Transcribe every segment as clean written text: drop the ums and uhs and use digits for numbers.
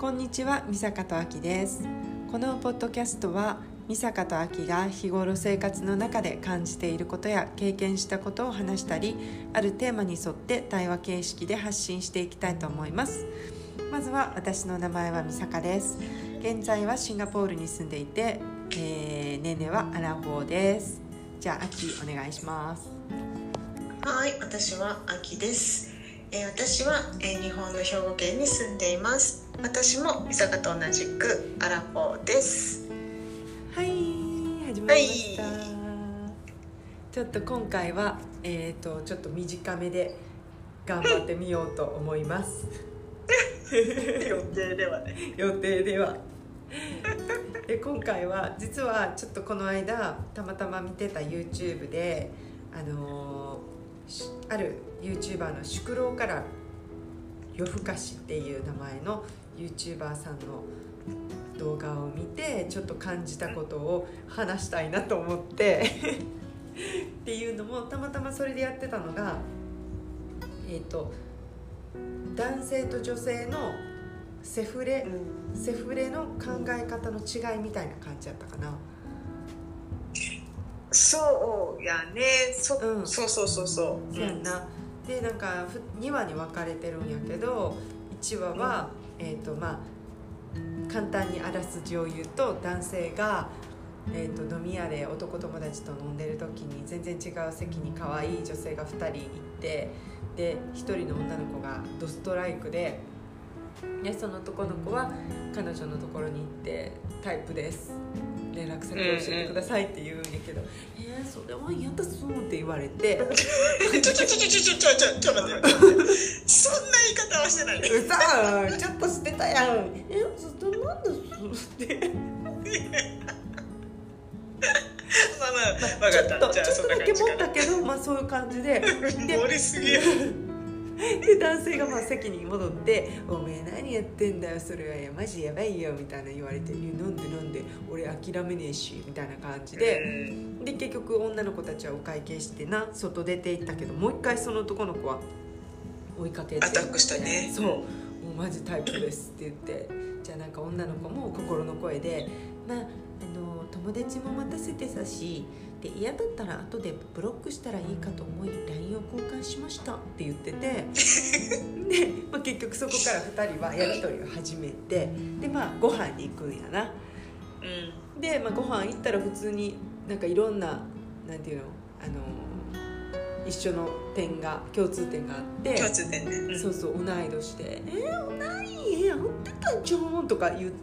こんにちは、美坂とあきです。このポッドキャストは美坂とあきが日頃生活の中で感じていることや経験したことを話したり、あるテーマに沿って対話形式で発信していきたいと思います。まずは私の名前は美坂です。現在はシンガポールに住んでいて、年齢はアラフォーです。じゃああきお願いします。 はい、私はあきです。私は、日本の兵庫県に住んでいます。私も美坂と同じくアラフォーです。 はい、始まりました、ちょっと今回は、ちょっと短めで頑張ってみようと思います予定ではね。 予定では今回は実はちょっとこの間たまたま見てた YouTube である YouTuber のシュクロウから夜更かしっていう名前の YouTuber さんの動画を見てちょっと感じたことを話したいなと思ってっていうのもたまたまそれでやってたのが、男性と女性のセフレの考え方の違いみたいな感じだったかな。 そうやね、そうやんな。でなんか2話に分かれてるんやけど、1話は、簡単にあらすじを言うと、男性が、飲み屋で男友達と飲んでる時に全然違う席に可愛い女性が2人行って、で1人の女の子がドストライクでその男の子は彼女のところに行ってタイプです、連絡先を教えてくださいって言うんやけど、それは嫌だそうって言われてちょ待ってそんな言い方はしてないね。 ちょっとしてたやん。ずっとなんでって分かった。 ちょっとだけ持ったけど、そういう感じで盛りすぎで男性が席に戻って「おめえ何やってんだよ、それはマジやばいよ」みたいな言われて「なんで俺諦めねえし」みたいな感じで、で結局女の子たちはお会計して外出て行ったけど、もう一回その男の子は追いかけてアタックしたね。 そう、もうマジタイプですって言って、じゃあなんか女の子も心の声で友達も待たせてたし、で嫌だったら後でブロックしたらいいかと思い LINE を交換しましたって言っててで、結局そこから2人はやり取りを始めて、でご飯に行くんやな、で、ご飯行ったら普通になんかいろんななんていうの一緒の共通点があって、 共通点ね、 そう同い年で同いやってたじゃんとか言って、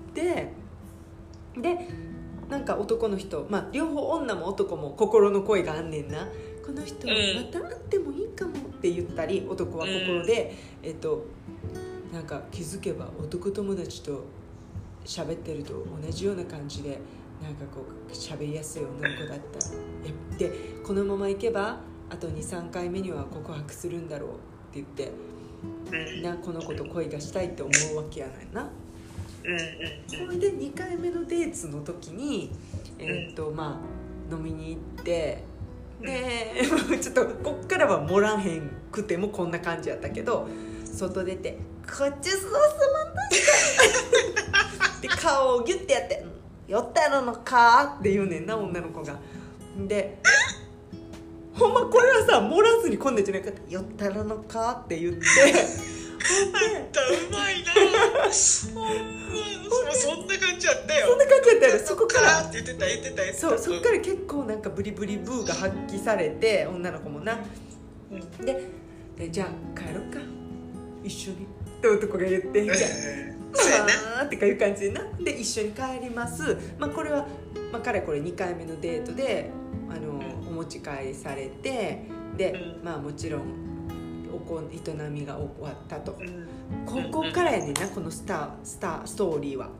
でなんか男の人、両方女も男も心の声があんねんな。この人また会ってもいいかもって言ったり、男は心で、なんか気づけば男友達と喋ってると同じような感じでなんかこう喋りやすい女の子だったで、このままいけばあと 2,3 回目には告白するんだろうって言ってこの子と恋がしたいって思うわけやないな。それで2回目のデートの時に、飲みに行って、でちょっとこっからは盛らへんくてもこんな感じやったけど、外出て「こっちそうすまんとして」で顔をギュッてやって「酔ったのか?」って言うねんな、女の子が。でほんまこれはさ盛らずに今度じゃなくて「酔ったのか?」って言ってあんたうまいなそんな感じやったよ。 そんな感じやったよ。そこからって言ってたそこから結構なんかブリブリブーが発揮されて、女の子もな、でじゃあ帰ろうか一緒にって男が言って、じゃあってかいう感じでな、で一緒に帰ります。これは、かれこれ2回目のデートでお持ち帰りされて、でもちろん営みが終わったと、ここからやねんな、このストーリーは。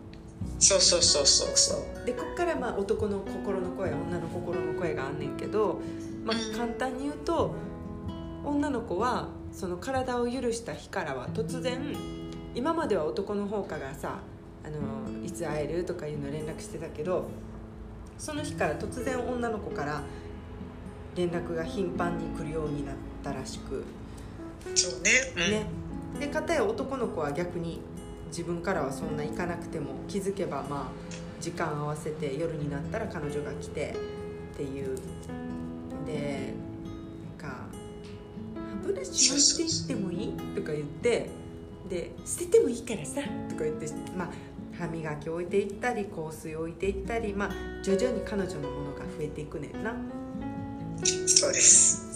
そうでこっから男の心の声、女の心の声があんねんけど、簡単に言うと女の子はその体を許した日からは突然、今までは男の方からさいつ会えるとかいうの連絡してたけど、その日から突然女の子から連絡が頻繁に来るようになったらしく、 そうね、 で片や男の子は逆に自分からはそんな行かなくても気づけばまあ時間合わせて夜になったら彼女が来てっていうでなんか歯ブラシ置いていってもいいとか言ってで捨ててもいいからさとか言ってまあ歯磨き置いていったり香水置いていったりまあ徐々に彼女のものが増えていくねんな。 そうです。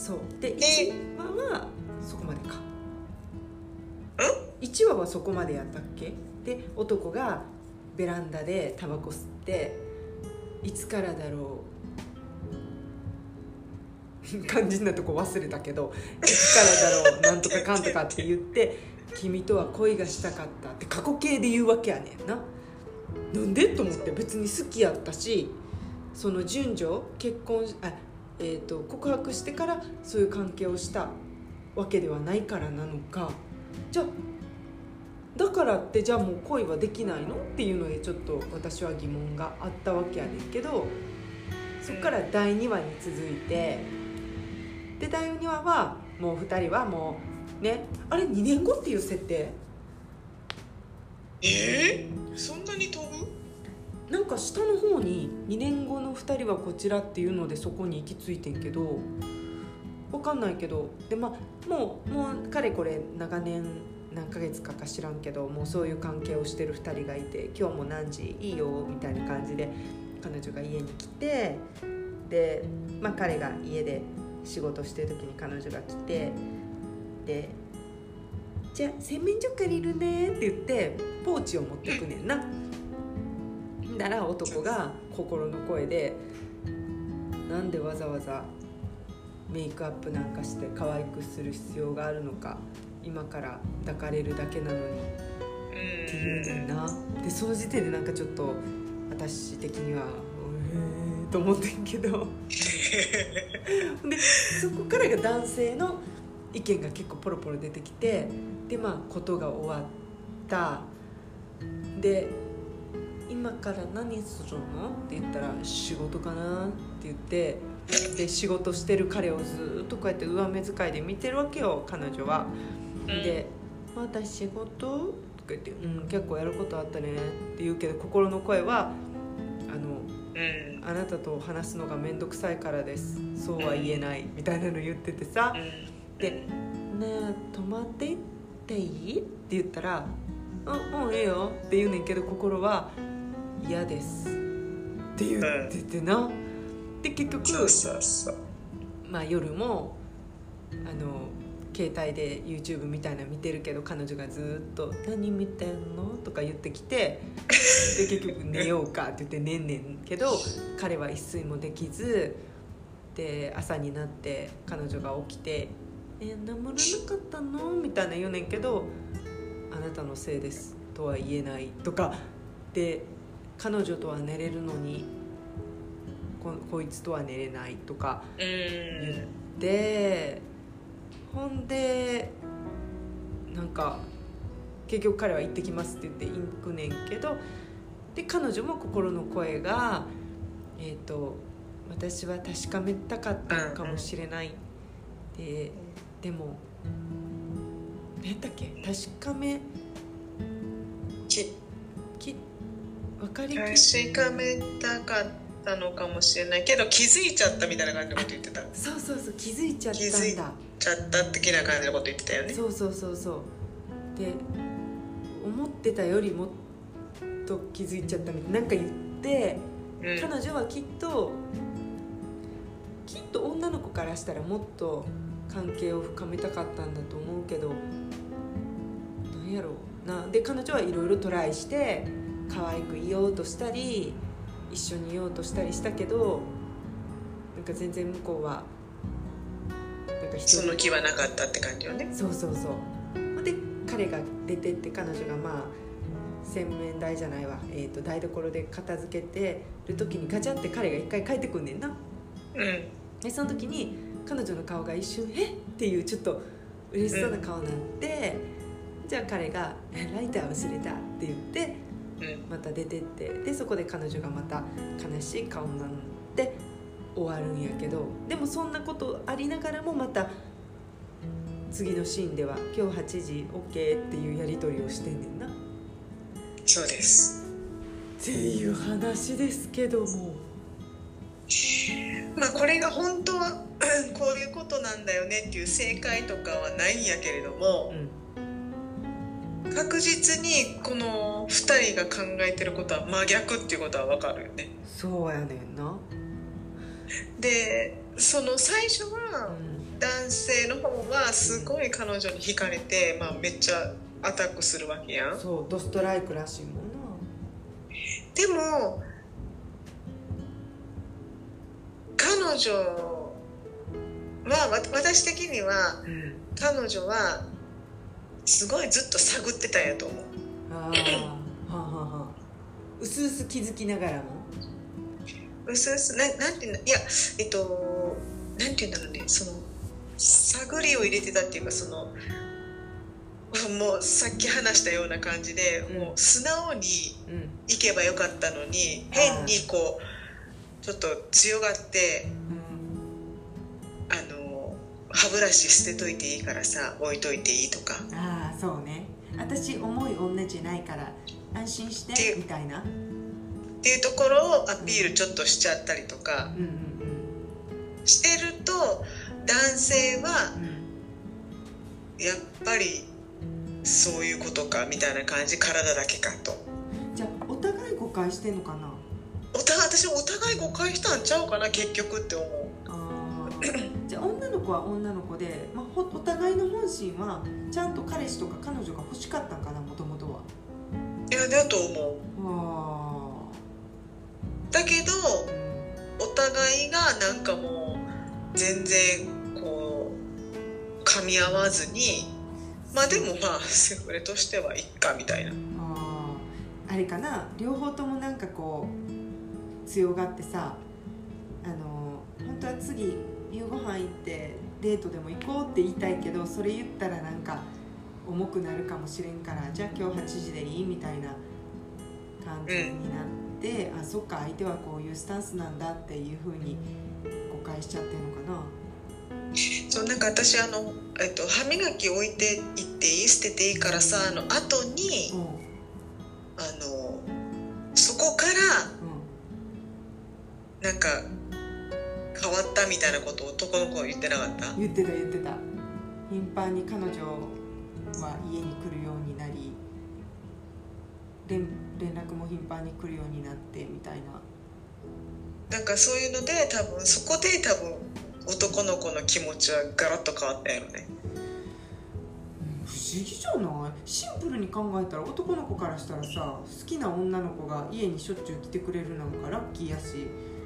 そうで1話はそこまでか。1話はそこまでやったっけ。で男がベランダでタバコ吸っていつからだろう肝心なとこ忘れたけどいつからだろうなんとかかんとかって言って君とは恋がしたかったって過去形で言うわけやねんな。なんでと思って別に好きやったしその順序結婚告白してからそういう関係をしたわけではないからなのかじゃあだからってじゃあもう恋はできないのっていうのでちょっと私は疑問があったわけやねんけどそこから第2話に続いてで第2話はもう2人はもうねあれ2年後っていう設定そんなに飛ぶ？ なんか下の方に2年後の2人はこちらっていうのでそこに行き着いてんけど分かんないけどでまあもうかれこれ長年何ヶ月か知らんけどもうそういう関係をしてる2人がいて今日も何時いいよみたいな感じで彼女が家に来てで、まあ、彼が家で仕事してる時に彼女が来てでじゃあ洗面所借りるねって言ってポーチを持ってくねんな。なら男が心の声でなんでわざわざメイクアップなんかして可愛くする必要があるのか今から抱かれるだけなのにっていうねんな。でその時点でなんかちょっと私的にはと思ってんけどでそこからが男性の意見が結構ポロポロ出てきてでまあことが終わったで今から何するのって言ったら仕事かなって言ってで仕事してる彼をずっとこうやって上目遣いで見てるわけよ彼女は。でまた仕事とか言って結構やることあったねって言うけど心の声はあなたと話すのがめんどくさいからですそうは言えないみたいなの言っててさでねえ泊まっていっていいって言ったらもういいよって言うねんけど心は嫌ですって言っててな。で結局まあ夜も携帯で YouTube みたいなの見てるけど彼女がずっと何見てんのとか言ってきてで結局寝ようかって言って寝んねんけど彼は一睡もできずで朝になって彼女が起きて眠らなかったのみたいな言うねんけどあなたのせいですとは言えないとかで彼女とは寝れるのに こいつとは寝れないとか言ってほんでなんか結局彼は行ってきますって言って行くねんけどで彼女も心の声が私は確かめたかったのかもしれないでも何だっけ確かめ確かめたかったのかもしれないけど気づいちゃったみたいな感じのこと言ってた。 そう気づいちゃったんだ。 気づいちゃった的な感じのこと言ってたよね。 そうで思ってたよりもっと気づいちゃったみたいななんか言って、彼女はきっと女の子からしたらもっと関係を深めたかったんだと思うけどなんやろうな。で彼女はいろいろトライして可愛くいようとしたり一緒にいようとしたりしたけどなんか全然向こうはなんかその気はなかったって感じよね。 そうで彼が出てって彼女がまあ洗面台じゃないわ、台所で片付けてる時にガチャって彼が一回帰ってくんねんな。でその時に彼女の顔が一瞬っていうちょっと嬉しそうな顔になって、じゃあ彼がライター忘れたって言ってまた出てってでそこで彼女がまた悲しい顔になって終わるんやけどでもそんなことありながらもまた次のシーンでは今日8時 OK っていうやり取りをしてんねんな。 そうです。 っていう話ですけども、 まあこれが本当はこういうことなんだよねっていう正解とかはないんやけれども、確実にこの2人が考えてることは真逆っていうことは分かるよね。 そうやねんな。 でその最初は男性の方はすごい彼女に惹かれて、まあ、めっちゃアタックするわけやん。 そう、ドストライクらしいもんな。 でも彼女は私的には、彼女はすごいずっと探ってたんやと思う。 ああ、はあはあ、うすうす気づきながらも、 うすうすなんていうんだ、いやなんていうんだろうね、その探りを入れてたっていうか、そのもうさっき話したような感じで、もう素直に行けばよかったのに、変にこうちょっと強がって、歯ブラシ捨てといていいからさ置いといていいとか、 ああそうね、私重い女じゃないから安心してみたいなっていうところをアピールちょっとしちゃったりとかしてると、男性はやっぱりそういうことかみたいな感じ、体だけかと。 じゃあお互い誤解してんのかな。 私はお互い誤解したんちゃうかな結局って思う。 じゃあ女の子は女の子で、まあ、お互いの本心はちゃんと彼氏とか彼女が欲しかったんかな、もともとは。 いやだと思う。だけどお互いがなんかもう全然こう噛み合わずに、まあでもまあセフレとしてはいっかみたいな。 あれかな、両方ともなんかこう強がってさ、本当は次夕ご飯行ってデートでも行こうって言いたいけど、それ言ったらなんか重くなるかもしれんから、じゃあ今日8時でいいみたいな感じになって、あ、そっか相手はこういうスタンスなんだっていう風に誤解しちゃってるのかな。 そう、なんか私歯磨き置いていっていい、捨てていいからさの後に、そこから、なんか変わったみたいなことを男の子は言ってなかった？ 言ってた。頻繁に彼女は家に来るようになり、連絡も頻繁に来るようになってみたいな。 なんかそういうのでそこで男の子の気持ちはガラッと変わったやろね。 不思議じゃない？シンプルに考えたら男の子からしたらさ、好きな女の子が家にしょっちゅう来てくれるなんかラッキーやし、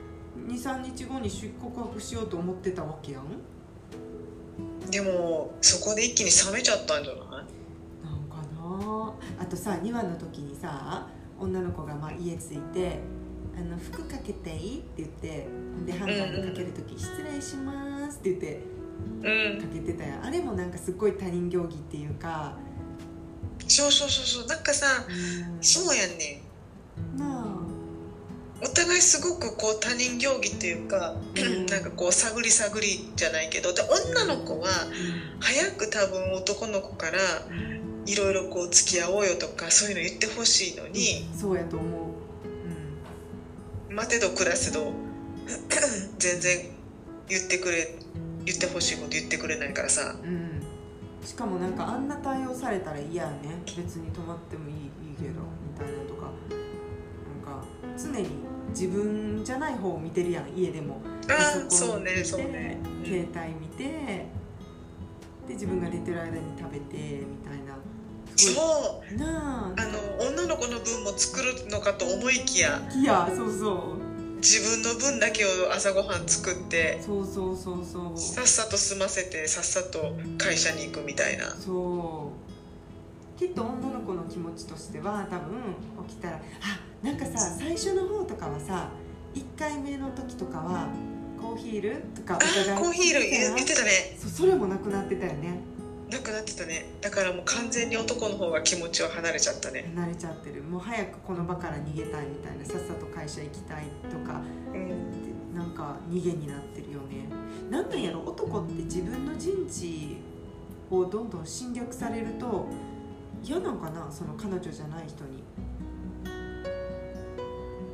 2,3 日後に告白しようと思ってたわけやん。 でもそこで一気に冷めちゃったんじゃない？ なんかな。あとさ、2話の時にさ、女の子がまあ家着いて服かけていいって言って、でハンガーにかける時、失礼しますって言ってかけてたやん。あれもなんかすごい他人行儀っていうか、 そうなんかさ、そうやんねなあ、 お互いすごくこう他人行儀っていうか、なんかこう探りじゃないけど、で女の子は早く多分男の子からいろいろこう付き合おうよとかそういうの言ってほしいのに、 そうやと思う。 待てど暮らせど全然言ってほしいこと言ってくれないからさ、 しかもなんかあんな対応されたら嫌ね、別に泊まってもいいけどみたいなとか、なんか常に自分じゃない方を見てるやん、家でも。 そうね携帯見て、で自分が寝てる間に食べてみたいな。 そうなあ、 女の子の分も作るのかと思いきや、 そう自分の分だけを朝ごはん作って、 そうさっさと済ませてさっさと会社に行くみたいな。 そうきっと女の子の気持ちとしては、多分起きたら、なんかさ、最初の方とかはさ、1回目の時とかはコーヒールとかお互いコーヒール言ってたね。 それもなくなってたよね。 なくなってたね。だからもう完全に男の方が気持ちは離れちゃったね。 離れちゃってる。もう早くこの場から逃げたいみたいな、さっさと会社行きたいとか、なんか逃げになってるよね。なんなんやろ、男って自分の陣地をどんどん侵略されると嫌なんかな、その彼女じゃない人に。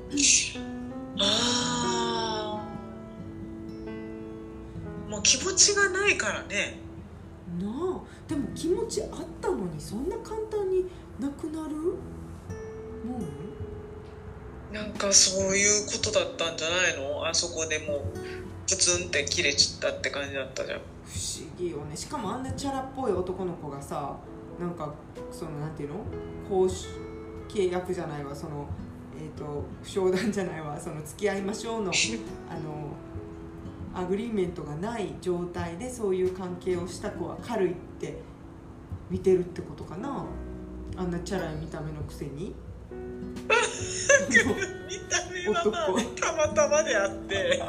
あもう気持ちがないからね。 なあ、でも気持ちあったのにそんな簡単になくなるもん？ なんかそういうことだったんじゃないの？あそこでもうプツンって切れちゃったって感じだったじゃん。 不思議よね。しかもあんなチャラっぽい男の子がさ、なんかそのなんていうの、契約じゃないわ、その商談じゃないわ、その付き合いましょうのアグリーメントがない状態でそういう関係をした子は軽いって見てるってことかな。あんなチャラい見た目のくせに見た目はまあたまたまであって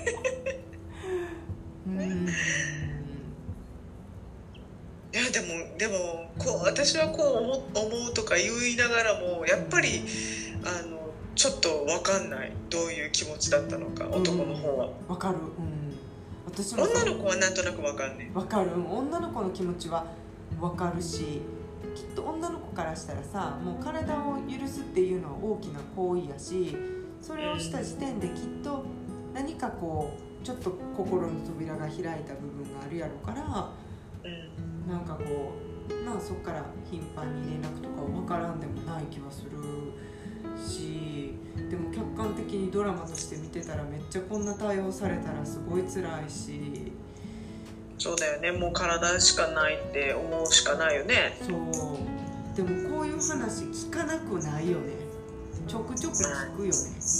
いやでもこう私はこう思うとか言いながらもやっぱりちょっと分かんない、どういう気持ちだったのか、男の方は。 分かる、私も女の子はなんとなく分かんねえ。 分かる、女の子の気持ちは分かるし、きっと女の子からしたらさ、もう体を許すっていうのは大きな行為やし、それをした時点できっと何かこうちょっと心の扉が開いた部分があるやろから、なんかこうなあ、そっから頻繁に連絡とかは分からんでもない気はするし、でも客観的にドラマとして見てたらめっちゃこんな対応されたらすごい辛いし。 そうだよね、もう体しかないって思うしかないよね。 そう、でもこういう話聞かなくないよね。ちょくちょく聞くよね、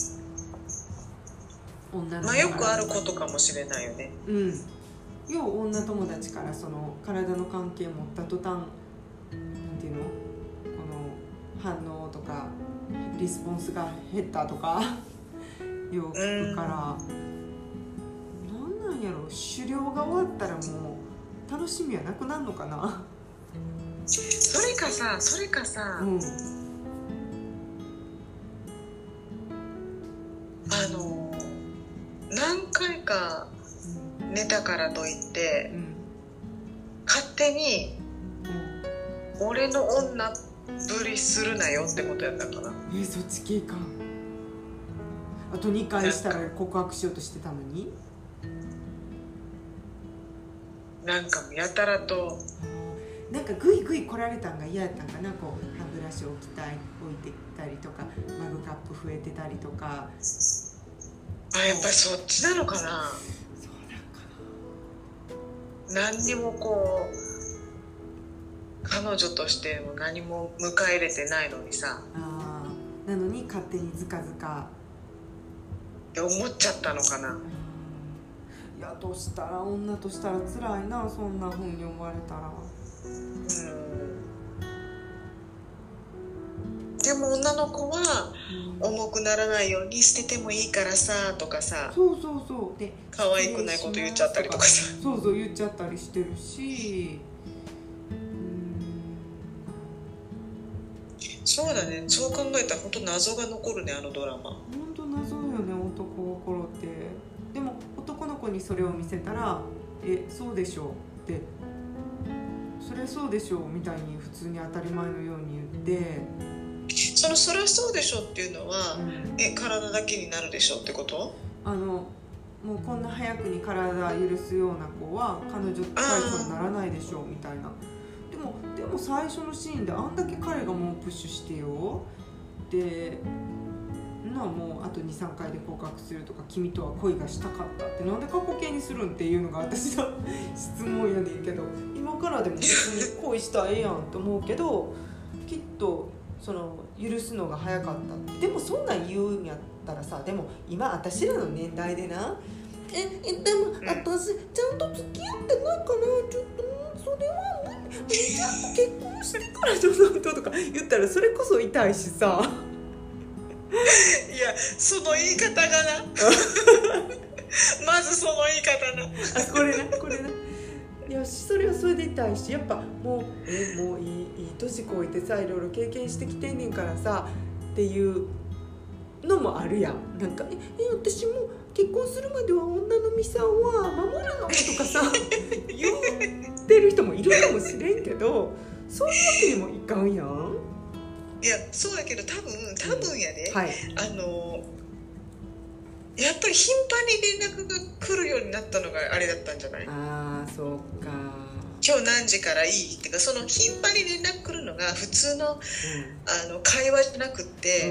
女の子から。 よくあることかもしれないよね。 よう女友達からその体の関係持った途端、なんていうの、この反応とかリスポンスが減ったとかよう聞くから、なんなんやろ、狩猟が終わったらもう楽しみはなくなるのかな。 それかさ、何回か寝たからといって、勝手に俺の女ぶりするなよってことやったかな。 そっち系か。あと2回したら告白しようとしてたのに、 なんかやたらとなんかグイグイ来られたんが嫌やったんかな。こう歯ブラシ置いてたりとか、マグカップ増えてたりとか。 やっぱりそっちなのかな。 そうなんかな。 何にもこう彼女としても何も迎え入れてないのにさ、 なのに勝手にズカズカって思っちゃったのかな。 いや、どうしたら、女としたら辛いな、そんな風に思われたら。 でも女の子は重くならないように捨ててもいいからさとかさ、 そうで可愛くないこと言っちゃったりとかさ、 そう言っちゃったりしてるし、 そうだね、そう考えたら本当謎が残るね、あのドラマ。 本当謎よね、男心って。でも男の子にそれを見せたら、そうでしょうって、それそうでしょうみたいに普通に当たり前のように言って、 そりゃそうでしょっていうのは、体だけになるでしょってこと？ もうこんな早くに体許すような子は彼女対象にならないでしょみたいな。でも最初のシーンであんだけ彼がもうプッシュしてよ、でもうあと 2,3 回で告白するとか、君とは恋がしたかったってなんで過去形にするんっていうのが私の質問やねんけど、今からでも別に恋したらええやんって思うけど、きっとその許すのが早かった。でもそんなん言うんやったらさ、でも今私らの年代でな、でも私ちゃんと付き合ってないからちょっとそれはちゃんと結婚してからちょっととか言ったらそれこそ痛いしさ。 いや、その言い方がなまずその言い方なこれな。いや、それはそれで痛いし、やっぱもういい年越えてさ、いろいろ経験してきてんねんからさっていうのもあるやん。なんか私も結婚するまでは女の身さんは守るのとかさ言ってる人もいるかもしれんけど、そういうわけにもいかんやん。 いやそうやけど多分やで、 はい、 やっぱり頻繁に連絡が来るようになったのがあれだったんじゃない？ ああそうか、 今日何時からいいっていうか、その頻繁に連絡来るのが普通の、会話じゃなくって、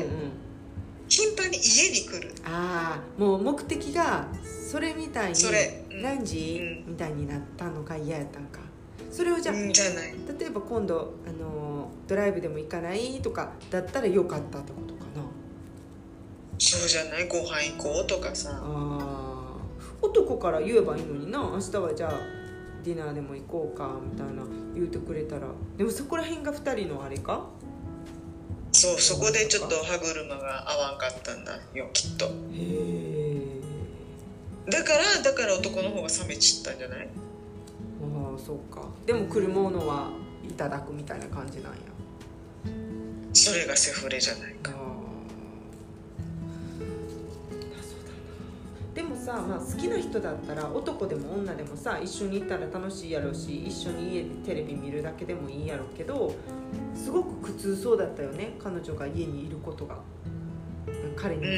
頻繁に家に来る。 ああもう目的がそれみたいに何時、みたいになったのが嫌やったんか。それをじゃあ、 じゃない、 例えば今度ドライブでも行かないとかだったらよかったってことかな。 そうじゃない、ご飯行こうとかさ。 男から言えばいいのにな、明日はじゃあディナーでも行こうかみたいな言うてくれたら。でもそこら辺が2人のあれか。 そう、そこでちょっと歯車が合わんかったんだよきっと。へえ。 だから男の方が冷めちったんじゃない？ ああそうか。でも来るものはいただくみたいな感じなんや。 それがセフレじゃないか。 でもさ、まあ、好きな人だったら男でも女でもさ一緒にいたら楽しいやろうし、一緒に家でテレビ見るだけでもいいやろうけど、すごく苦痛そうだったよね、彼女が家にいることが彼にとって、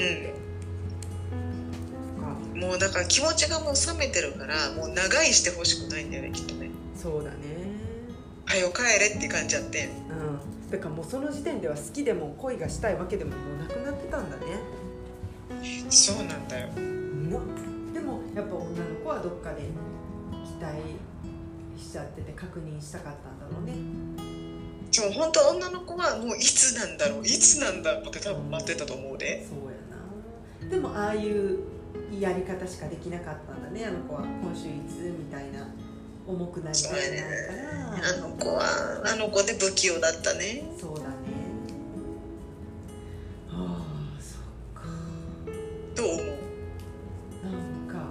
もうだから気持ちがもう冷めてるから、もう長居してほしくないんだよねきっとね。 そうだね、 はよ帰れって感じやって、 だからもうその時点では好きでも恋がしたいわけでももうなくなってたんだね。 そうなんだよ。 でもやっぱ女の子はどっかで期待しちゃってて確認したかったんだろうね。 そう、本当女の子はもういつなんだろうって多分待ってたと思うで。 そうやな。でもああいうやり方しかできなかったんだね、あの子は。今週いつみたいな重くなりたくないから、 あの子はあの子で不器用だったね。 そうだね。ああそっか。 どう思う？ なんか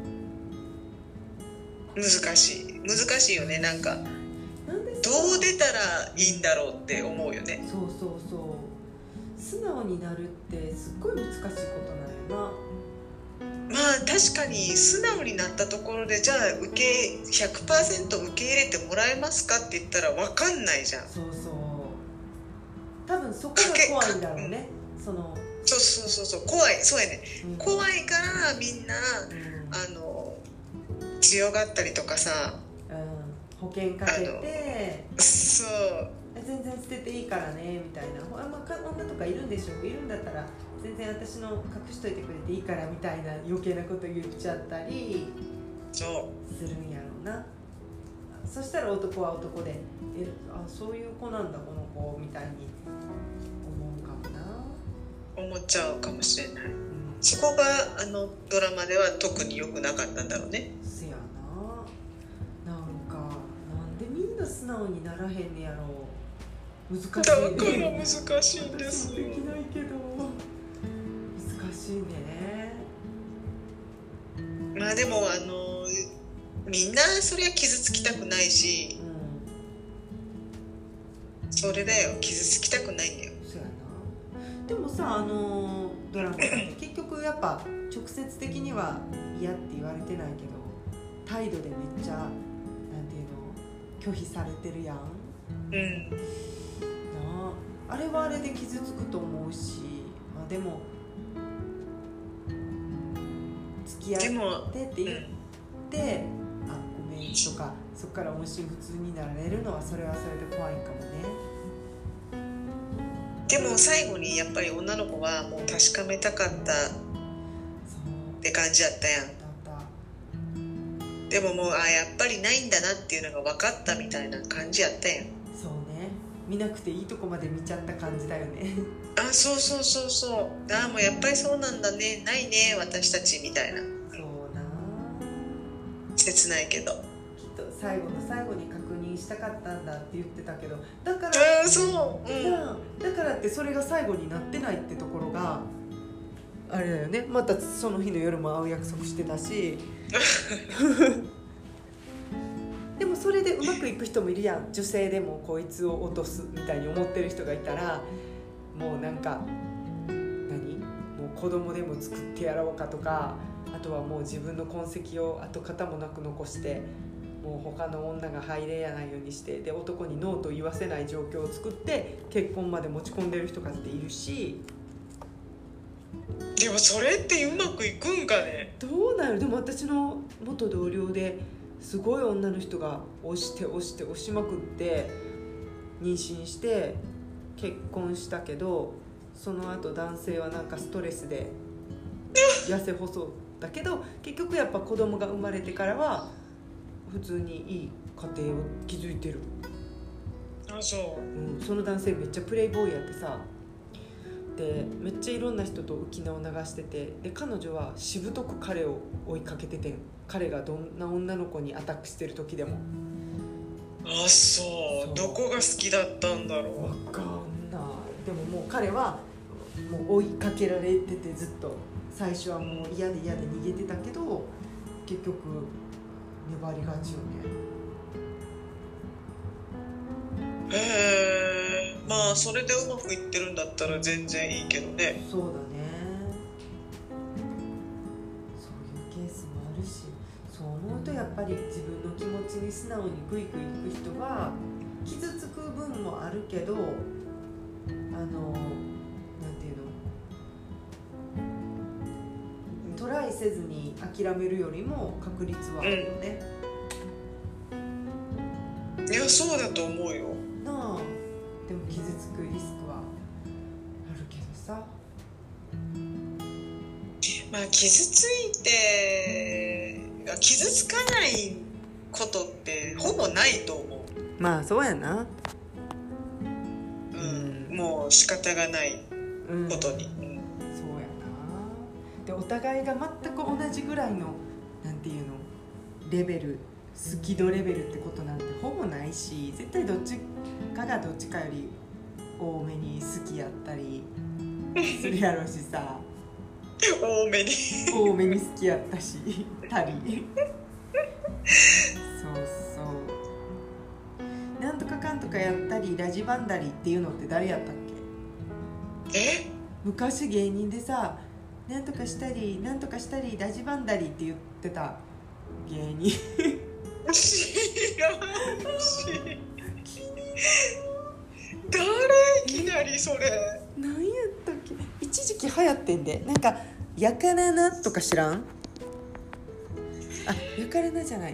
難しいよね。なんかどう出たらいいんだろうって思うよね。 そう素直になるってすっごい難しいことなんやな。 まあ確かに素直になったところで、じゃあ100% 受け入れてもらえますかって言ったら分かんないじゃん。 そう多分そこが怖いんだろうね。そう怖い。そうやね、怖いからみんな、強がったりとかさ、 保険かけてそう全然捨てていいからねみたいな、女とかいるんでしょ、いるんだったら全然私の隠しといてくれていいからみたいな余計なこと言っちゃったりするんやろうな。そしたら男は男でそういう子なんだこの子みたいに思うかもな。 思っちゃうかもしれない、そこがドラマでは特に良くなかったんだろうね。 せやな。なんでみんな素直にならへんねやろう。難しいね。 だから難しいんですよ。 できないけど難しいね。 まあでもみんなそりゃ傷つきたくないし、それだよ、傷つきたくないんだよ。 そうやな。でもさドラマって結局やっぱ直接的には嫌って言われてないけど態度でめっちゃなんていうの拒否されてるやん。あれはあれで傷つくと思うし、でも付き合ってって言って、ごめんとかそこから音信不通になれるのはそれはそれで怖いかもね。 でも最後にやっぱり女の子はもう確かめたかったって感じやったやん。でももうやっぱりないんだなっていうのが分かったみたいな感じやったやん。 そうね、見なくていいとこまで見ちゃった感じだよね。 そうもうやっぱりそうなんだね、ないね私たちみたいな。 そうな。 切ないけどきっと最後の最後に確認したかったんだって言ってたけど、だからだからってそれが最後になってないってところがあれだよね。またその日の夜も会う約束してたしでもそれでうまくいく人もいるやん。女性でもこいつを落とすみたいに思ってる人がいたら、もうなんかもう子供でも作ってやろうかとか、あとはもう自分の痕跡を跡形もなく残してももう他の女が入れやないようにして、で男にノーと言わせない状況を作って結婚まで持ち込んでる人かっているし。 でもそれってうまくいくんかね。 どうなる。でも私の元同僚ですごい女の人が押して押しまくって妊娠して結婚したけど、その後男性はなんかストレスで痩せ細だけど結局やっぱ子供が生まれてからは普通にいい家庭を築いてる。 あ、そう、 その男性めっちゃプレイボーイやってさ、でめっちゃいろんな人と浮き名を流してて、で彼女はしぶとく彼を追いかけててん。彼がどんな女の子にアタックしてる時でも。 あ、そうどこが好きだったんだろう。 わかんない。でももう彼はもう追いかけられてて、ずっと最初はもう嫌で逃げてたけど結局粘りがちよね。 へえ、まあそれでうまくいってるんだったら全然いいけどね。 そうだね、そういうケースもあるし、そう思うとやっぱり自分の気持ちに素直にグイグイいく人は傷つく分もあるけど、なんていうの、トライせずに諦めるよりも確率はあるよね。 いや、そうだと思うよ。 なあ、でも傷つくリスクはあるけどさ。 まあ傷つかないことってほぼないと思う。 まあそうやな。 もう仕方がないことに、 そうやな。でお互いが全く同じぐらいのなんていうのレベル、好き度レベルってことなんてほぼないし、絶対どっちかがどっちかより多めに好きやったりするやろしさ多めに好きやったしたりそうそう、なんとかかんとかやったりラジバンダリっていうのって誰やったっけ。昔芸人でさ、なんとかしたりなんとかしたりラジバンダリって言ってた芸人知らんし誰、いきなりそれ何やったっけ。一時期流行ってんで、なんかやからなとか知らん。あ、やからなじゃない、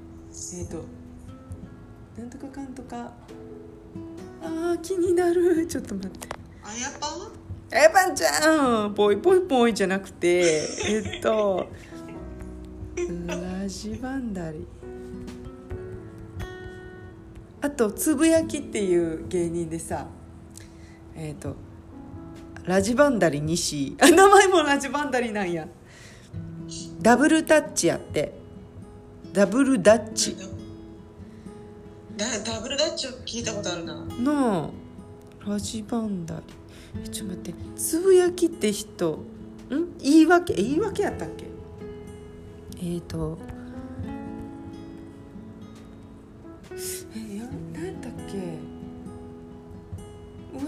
なんとかかんとか、気になる、ちょっと待って。 あやぱんあやぱんちゃん、ぽいぽいぽいじゃなくてラジバンダリ、あとつぶやきっていう芸人でさ、ラジバンダリ西、名前もラジバンダリなんや。ダブルタッチやって、ダブルダッチダブルダッチを聞いたことあるな。 のラジバンダリ、ちょっと待って、つぶやきって人言い訳やったっけ。なんだっけ、うわ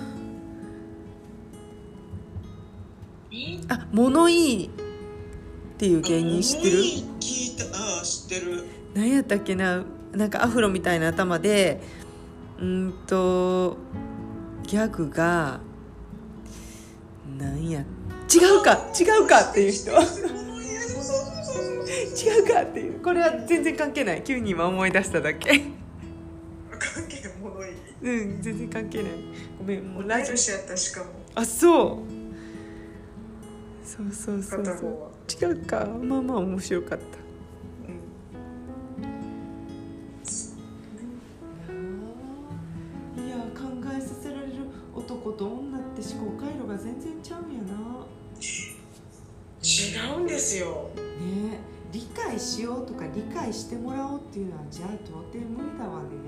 あ、物いいっていう芸人知ってる。 聞いた、知ってる。 何やったっけな、なんかアフロみたいな頭でギャグがなんや、違うかっていう人違うかっていう、これは全然関係ない、急に今思い出しただけ関係物いい。 全然関係ない、ごめん、もうラジオしやった。しかもそう違うか、まあまあ面白かった。いや、考えさせられる男と女って思考回路が全然ちゃうんやな。 違うんですよね。理解しようとか理解してもらおうっていうのはじゃあ到底無理だわね。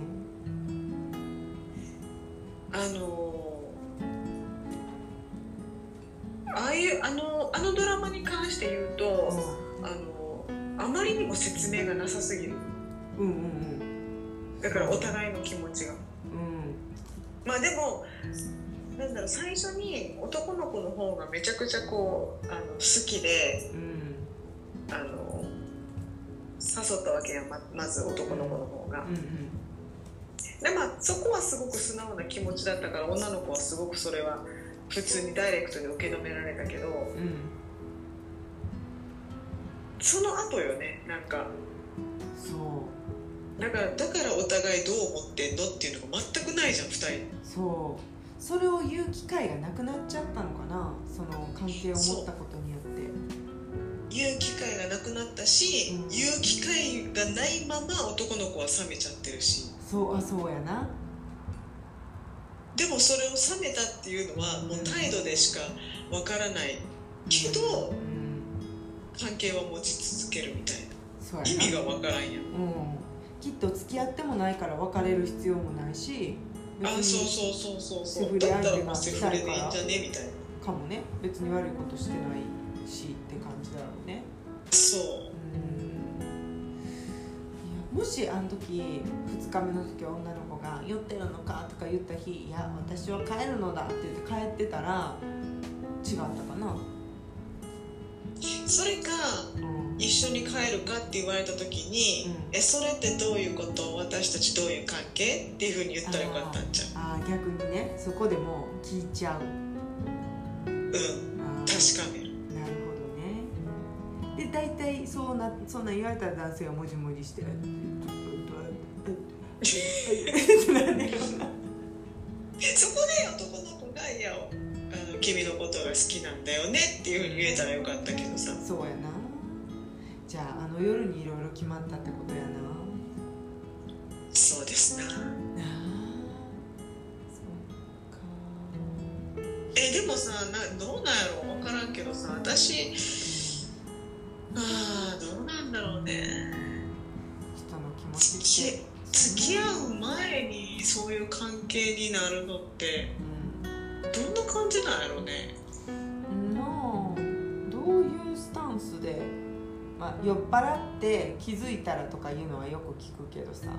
あのドラマに関して言うと、あまりにも説明がなさすぎる。だからお互いの気持ちが、まあでもなんだろう、最初に男の子の方がめちゃくちゃこう好きで、 ったわけや、まず男の子の方が、 うんうんでそこはすごく素直な気持ちだったから、女の子はすごくそれは普通にダイレクトで受け止められたけど、その後よね、なんかそうだからお互いどう思ってんのっていうのが全くないじゃん、2人。 それを言う機会がなくなっちゃったのかな、その関係を持ったことによって。 言う機会がなくなったし、言う機会がないまま男の子は冷めちゃってるし。 そうやな。 でもそれを冷めたっていうのはもう態度でしかわからないけど、関係は持ち続けるみたいな、意味がわからんやん、 きっと付き合ってもないから別れる必要もないし、 そうだったらもうセフレでいいんじゃねみたいなかもね。別に悪いことしてないしって感じだろうね。もしあの時2日目の時女の子が「酔ってるのか?」とか言った日「いや私は帰るのだ」って言って帰ってたら違ったかな。 それか、一緒に帰るかって言われた時に、それってどういうこと、私たちどういう関係っていう風に言ったらよかったんじゃん。 逆にね、そこでも聞いちゃう。 確かに。 なるほどね。で大体そんなん言われたら男性はもじもじしてそこで男の子が「いや君のことが好きなんだよね」っていうふうに言えたらよかったけどさ。 そうやな。じゃああの夜にいろいろ決まったってことやな。 そうですな。そっか。でもさ、どうなんやろう、分からんけどさ、私どうなんだろうね。 人の気持ちって付き合う前にそういう関係になるのって、どんな感じなんやろうね。 どういうスタンスで、酔っ払って気づいたらとかいうのはよく聞くけどさ。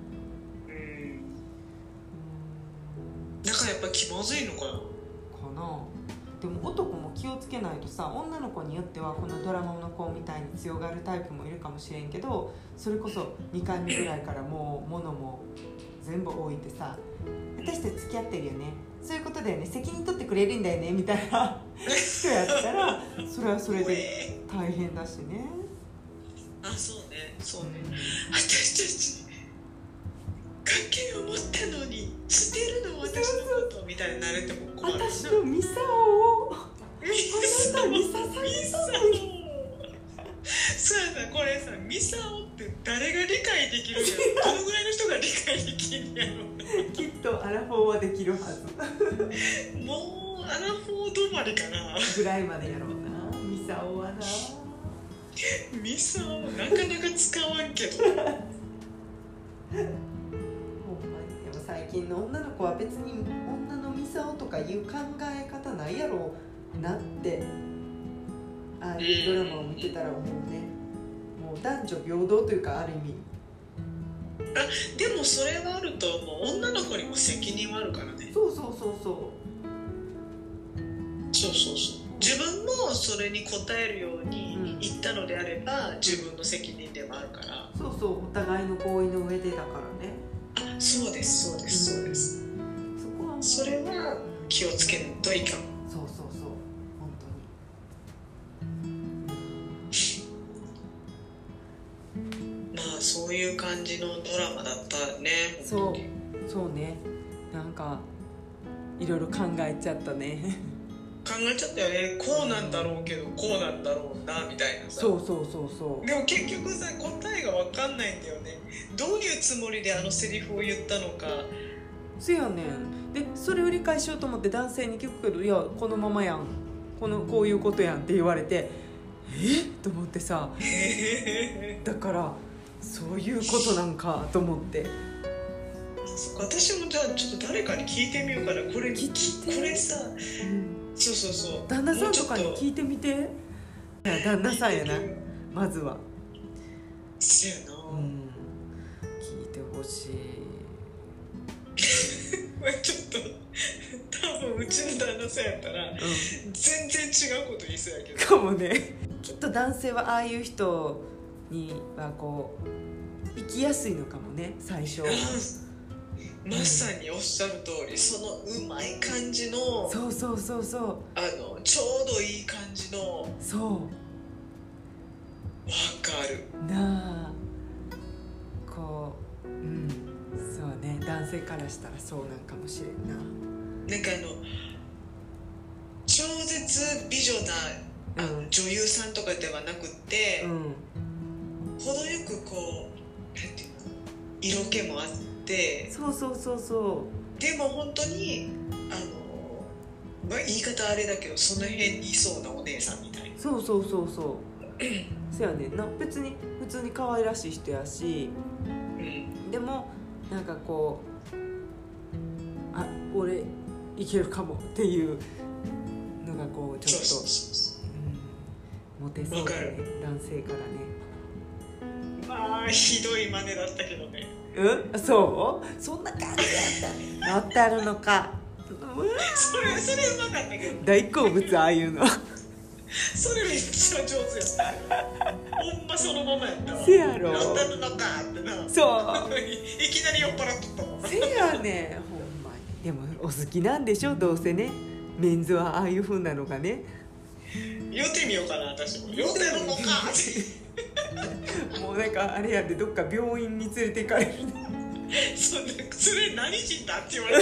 なんかやっぱ気まずいのかな。 でも男も気をつけないとさ、女の子によってはこのドラマの子みたいに強がるタイプもいるかもしれんけど、それこそ2回目ぐらいからもう物も全部置いてさ「私たち付き合ってるよね、そういうことだよね、責任取ってくれるんだよね」みたいな人やったらそれはそれで大変だしね。 そうね、私たち関係を持ったのに捨てるの、私のことみたいになれても困る。 私のミサオをあなたに捧げたのに。 そうやな、これさ、ミサオって誰が理解できるんやろ。どのぐらいの人が理解できるんやろ。 きっとアラフォーはできるはず。 もうアラフォー止まりかなぐらいまでやろうな。ミサオはな。 ミサオなかなか使わんけど。 最近の女の子は別に女のミサオとかいう考え方ないやろうなって、ああいうドラマを見てたら思うね。もう男女平等というか、ある意味。 でもそれはあると思う。女の子にも責任はあるからね。 そう自分もそれに応えるように言ったのであれば、自分の責任でもあるから。 お互いの合意の上でだからね。 そうです。それは気をつけないといかん。 そう本当に。そういう感じのドラマだったね。 そうね。なんかいろいろ考えちゃったね。 考えちゃったよね。こうなんだろうけどこうなんだろうなみたいなさ。 そうでも結局さ、答えが分かんないんだよね。どういうつもりであのセリフを言ったのか。 そうやねん。でそれを理解しようと思って男性に聞くけど、いやこのままやん、こういうことやんって言われて、と思ってさだからそういうことなんかと思って。 私もじゃあちょっと誰かに聞いてみようかな。これさ、そう旦那さんとかに聞いてみて。旦那さんやな、まずは。 そうやな、 聞いてほしい。 ちょっと多分うちの旦那さんやったら、全然違うこと言いそうやけど。 かもね。きっと男性はああいう人にはこう生きやすいのかもね最初。 まさにおっしゃる通り、そのうまい感じのそうちょうどいい感じのそうわかるなあこうそうね男性からしたらそうなんかもしれんな。 なんか超絶美女な女優さんとかではなくって、程よくこうなんていうの色気もあってそうでも本当に言い方あれだけどその辺にいそうなお姉さんみたいな。 そうそやねんな。別に普通に可愛らしい人やし、でもなんかこう俺いけるかもっていうのがこうちょっとモテそうだね男性からね。 まあひどい真似だったけどね。 そうそんな感じだった乗ってあるのかそれうまかったけど大好物ああいうのそれめっちゃ上手やったほんまそのままやったわ。 せやろ乗ってるのかってな。 そういきなり酔っ払っとったもん。 せやねほんまに。でもお好きなんでしょどうせね。メンズはああいう風なのがね。 言ってみようかな私も。酔ってるのかってもうなんかあれやでどっか病院に連れて行かれるそれ何人だって言われて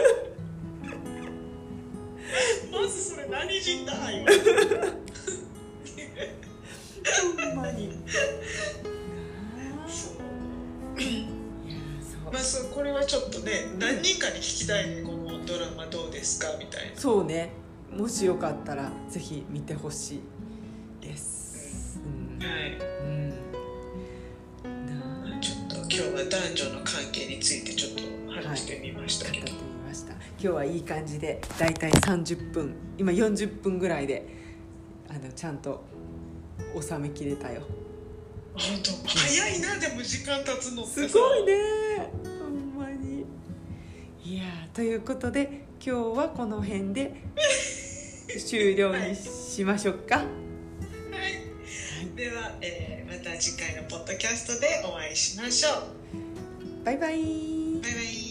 まずそれ何人だ言われてほんまにまあこれはちょっとね何人かに聞きたいね。このドラマどうですかみたいな。 そうねもしよかったらぜひ見てほしいです、 ちょっと今日は男女の関係についてちょっと話してみましたけど、 語ってみました。今日はいい感じでだいたい30分今40分ぐらいでちゃんと収めきれたよ。 本当早いな。でも時間経つのってすごいねほんまに。いやということで今日はこの辺で終了にしましょうか。はい、 では、また次回のポッドキャストでお会いしましょう。 バイバイ。 バイバイ。